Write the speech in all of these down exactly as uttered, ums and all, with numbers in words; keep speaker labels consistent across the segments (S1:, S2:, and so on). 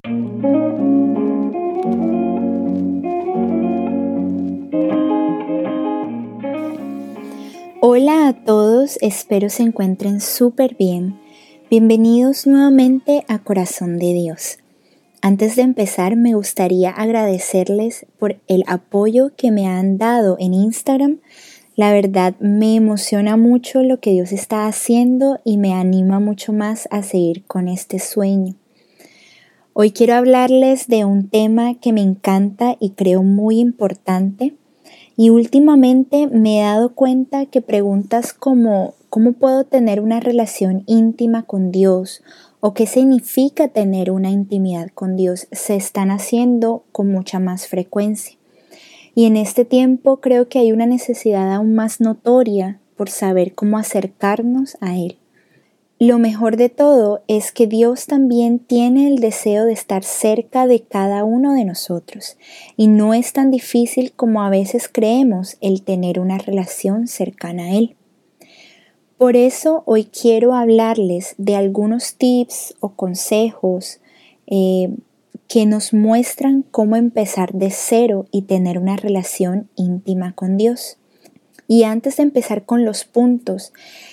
S1: Hola a todos, espero se encuentren súper bien. Bienvenidos nuevamente a Corazón de Dios. Antes de empezar, me gustaría agradecerles por el apoyo que me han dado en Instagram. La verdad me emociona mucho lo que Dios está haciendo y me anima mucho más a seguir con este sueño. Hoy quiero hablarles de un tema que me encanta y creo muy importante. Y últimamente me he dado cuenta que preguntas como ¿cómo puedo tener una relación íntima con Dios? ¿O qué significa tener una intimidad con Dios? Se están haciendo con mucha más frecuencia. Y en este tiempo creo que hay una necesidad aún más notoria por saber cómo acercarnos a Él. Lo mejor de todo es que Dios también tiene el deseo de estar cerca de cada uno de nosotros y no es tan difícil como a veces creemos el tener una relación cercana a Él. Por eso hoy quiero hablarles de algunos tips o consejos eh, que nos muestran cómo empezar de cero y tener una relación íntima con Dios. Y antes de empezar con los puntos,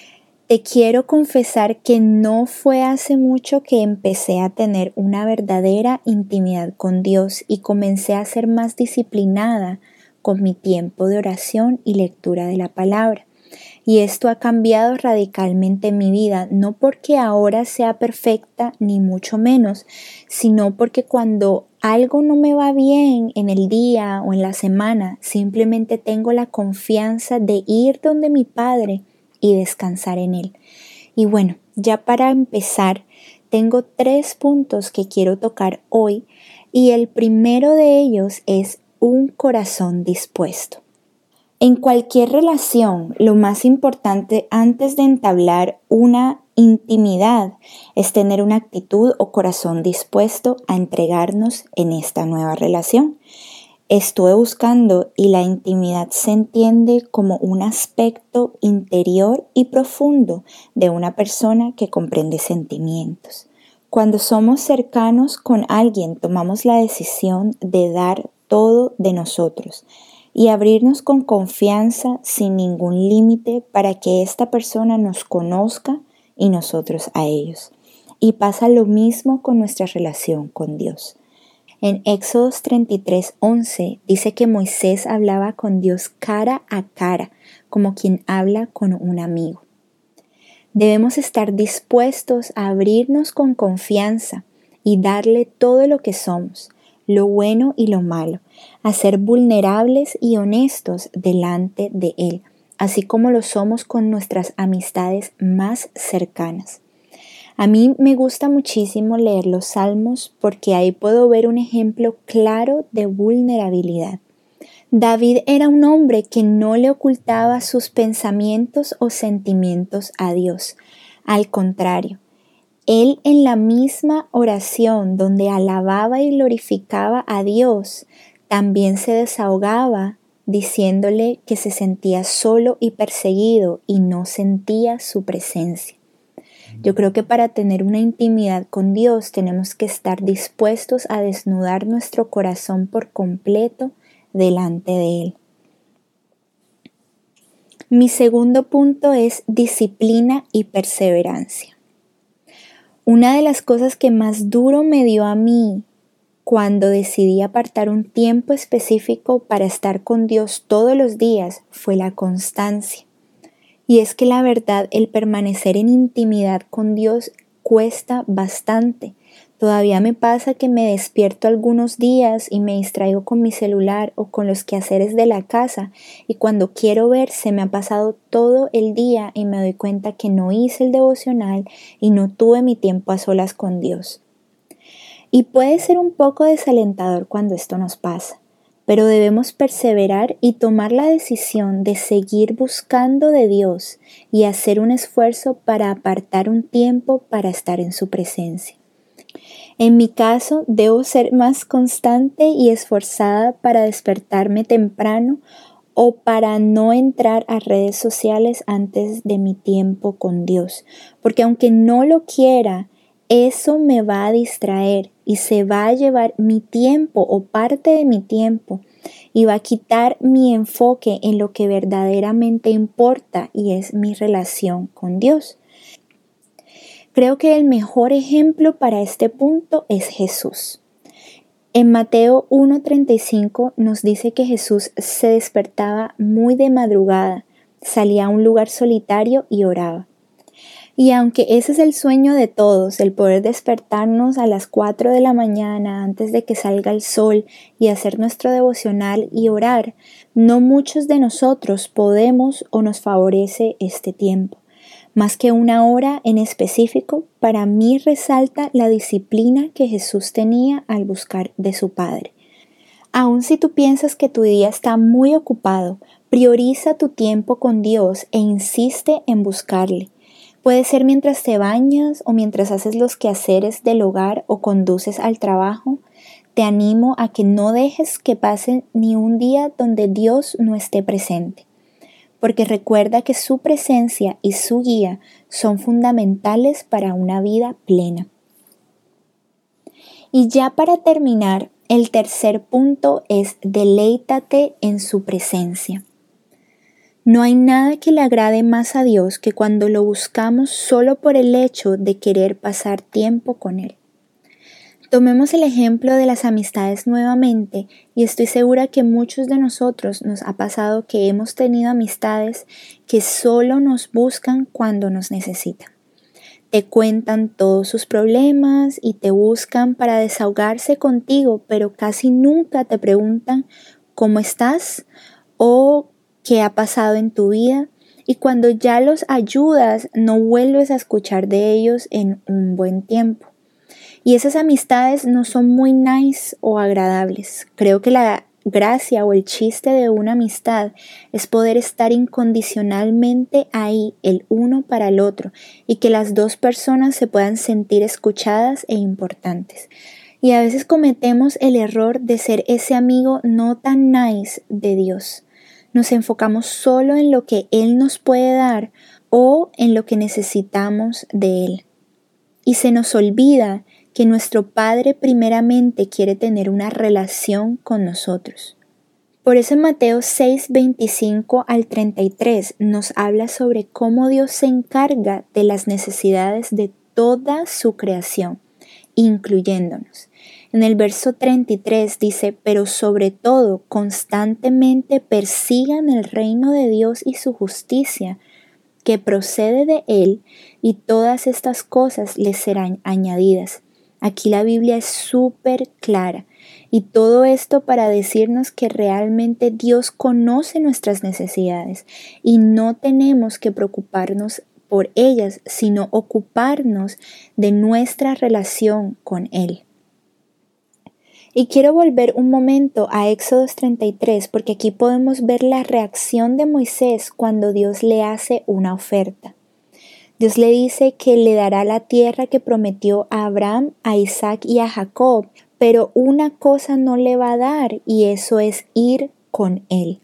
S1: te quiero confesar que no fue hace mucho que empecé a tener una verdadera intimidad con Dios y comencé a ser más disciplinada con mi tiempo de oración y lectura de la palabra. Y esto ha cambiado radicalmente mi vida, no porque ahora sea perfecta ni mucho menos, sino porque cuando algo no me va bien en el día o en la semana, simplemente tengo la confianza de ir donde mi Padre y descansar en Él. Y bueno, ya para empezar, tengo tres puntos que quiero tocar hoy y el primero de ellos es un corazón dispuesto. En cualquier relación, lo más importante antes de entablar una intimidad es tener una actitud o corazón dispuesto a entregarnos en esta nueva relación. Estuve buscando y la intimidad se entiende como un aspecto interior y profundo de una persona que comprende sentimientos. Cuando somos cercanos con alguien, tomamos la decisión de dar todo de nosotros y abrirnos con confianza sin ningún límite para que esta persona nos conozca y nosotros a ellos. Y pasa lo mismo con nuestra relación con Dios. En Éxodo treinta y tres, once dice que Moisés hablaba con Dios cara a cara, como quien habla con un amigo. Debemos estar dispuestos a abrirnos con confianza y darle todo lo que somos, lo bueno y lo malo, a ser vulnerables y honestos delante de Él, así como lo somos con nuestras amistades más cercanas. A mí me gusta muchísimo leer los Salmos porque ahí puedo ver un ejemplo claro de vulnerabilidad. David era un hombre que no le ocultaba sus pensamientos o sentimientos a Dios. Al contrario, él en la misma oración donde alababa y glorificaba a Dios, también se desahogaba diciéndole que se sentía solo y perseguido y no sentía su presencia. Yo creo que para tener una intimidad con Dios tenemos que estar dispuestos a desnudar nuestro corazón por completo delante de Él. Mi segundo punto es disciplina y perseverancia. Una de las cosas que más duro me dio a mí cuando decidí apartar un tiempo específico para estar con Dios todos los días fue la constancia. Y es que la verdad, el permanecer en intimidad con Dios cuesta bastante. Todavía me pasa que me despierto algunos días y me distraigo con mi celular o con los quehaceres de la casa y cuando quiero ver se me ha pasado todo el día y me doy cuenta que no hice el devocional y no tuve mi tiempo a solas con Dios. Y puede ser un poco desalentador cuando esto nos pasa. Pero debemos perseverar y tomar la decisión de seguir buscando de Dios y hacer un esfuerzo para apartar un tiempo para estar en su presencia. En mi caso, debo ser más constante y esforzada para despertarme temprano o para no entrar a redes sociales antes de mi tiempo con Dios, porque aunque no lo quiera, eso me va a distraer y se va a llevar mi tiempo o parte de mi tiempo y va a quitar mi enfoque en lo que verdaderamente importa y es mi relación con Dios. Creo que el mejor ejemplo para este punto es Jesús. En Mateo uno treinta y cinco nos dice que Jesús se despertaba muy de madrugada, salía a un lugar solitario y oraba. Y aunque ese es el sueño de todos, el poder despertarnos a las cuatro de la mañana antes de que salga el sol y hacer nuestro devocional y orar, no muchos de nosotros podemos o nos favorece este tiempo. Más que una hora en específico, para mí resalta la disciplina que Jesús tenía al buscar de su Padre. Aun si tú piensas que tu día está muy ocupado, prioriza tu tiempo con Dios e insiste en buscarle. Puede ser mientras te bañas o mientras haces los quehaceres del hogar o conduces al trabajo. Te animo a que no dejes que pase ni un día donde Dios no esté presente, porque recuerda que su presencia y su guía son fundamentales para una vida plena. Y ya para terminar, el tercer punto es deleítate en su presencia. No hay nada que le agrade más a Dios que cuando lo buscamos solo por el hecho de querer pasar tiempo con Él. Tomemos el ejemplo de las amistades nuevamente y estoy segura que muchos de nosotros nos ha pasado que hemos tenido amistades que solo nos buscan cuando nos necesitan. Te cuentan todos sus problemas y te buscan para desahogarse contigo, pero casi nunca te preguntan cómo estás o qué ha pasado en tu vida, y cuando ya los ayudas no vuelves a escuchar de ellos en un buen tiempo. Y esas amistades no son muy nice o agradables. Creo que la gracia o el chiste de una amistad es poder estar incondicionalmente ahí el uno para el otro y que las dos personas se puedan sentir escuchadas e importantes. Y a veces cometemos el error de ser ese amigo no tan nice de Dios. Nos enfocamos solo en lo que Él nos puede dar o en lo que necesitamos de Él. Y se nos olvida que nuestro Padre primeramente quiere tener una relación con nosotros. Por eso en Mateo seis, veinticinco al treinta y tres nos habla sobre cómo Dios se encarga de las necesidades de toda su creación, incluyéndonos. En el verso treinta y tres dice, pero sobre todo constantemente persigan el reino de Dios y su justicia, que procede de Él, y todas estas cosas les serán añadidas. Aquí la Biblia es súper clara, y todo esto para decirnos que realmente Dios conoce nuestras necesidades y no tenemos que preocuparnos por ellas, sino ocuparnos de nuestra relación con Él. Y quiero volver un momento a Éxodo treinta y tres porque aquí podemos ver la reacción de Moisés cuando Dios le hace una oferta. Dios le dice que le dará la tierra que prometió a Abraham, a Isaac y a Jacob, pero una cosa no le va a dar y eso es ir con él.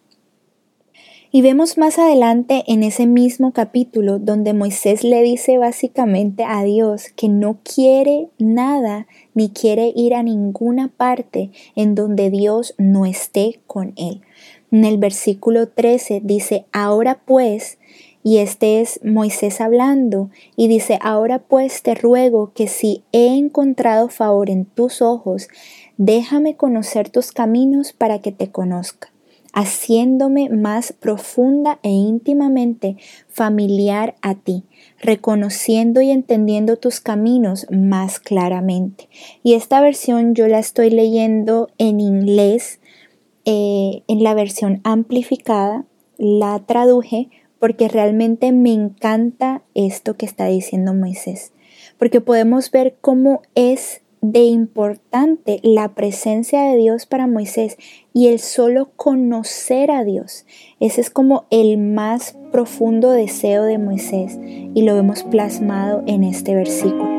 S1: Y vemos más adelante en ese mismo capítulo donde Moisés le dice básicamente a Dios que no quiere nada ni quiere ir a ninguna parte en donde Dios no esté con él. En el versículo trece dice, ahora pues, y este es Moisés hablando, y dice, ahora pues te ruego que si he encontrado favor en tus ojos, déjame conocer tus caminos para que te conozca, haciéndome más profunda e íntimamente familiar a ti, reconociendo y entendiendo tus caminos más claramente. Y esta versión yo la estoy leyendo en inglés, eh, en la versión amplificada, la traduje porque realmente me encanta esto que está diciendo Moisés, porque podemos ver cómo es de importante la presencia de Dios para Moisés y el solo conocer a Dios. Ese es como el más profundo deseo de Moisés y lo vemos plasmado en este versículo.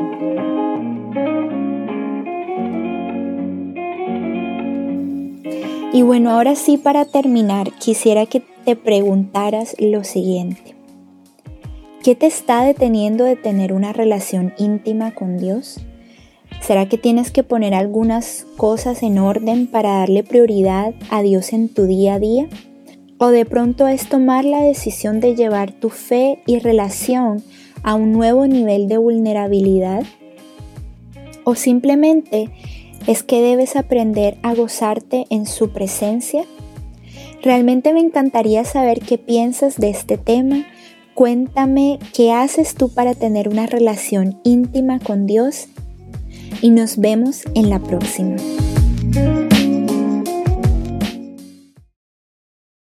S1: Y bueno, ahora sí, para terminar, quisiera que te preguntaras lo siguiente. ¿Qué te está deteniendo de tener una relación íntima con Dios? ¿Será que tienes que poner algunas cosas en orden para darle prioridad a Dios en tu día a día? ¿O de pronto es tomar la decisión de llevar tu fe y relación a un nuevo nivel de vulnerabilidad? ¿O simplemente es que debes aprender a gozarte en su presencia? Realmente me encantaría saber qué piensas de este tema. Cuéntame qué haces tú para tener una relación íntima con Dios y nos vemos en la próxima.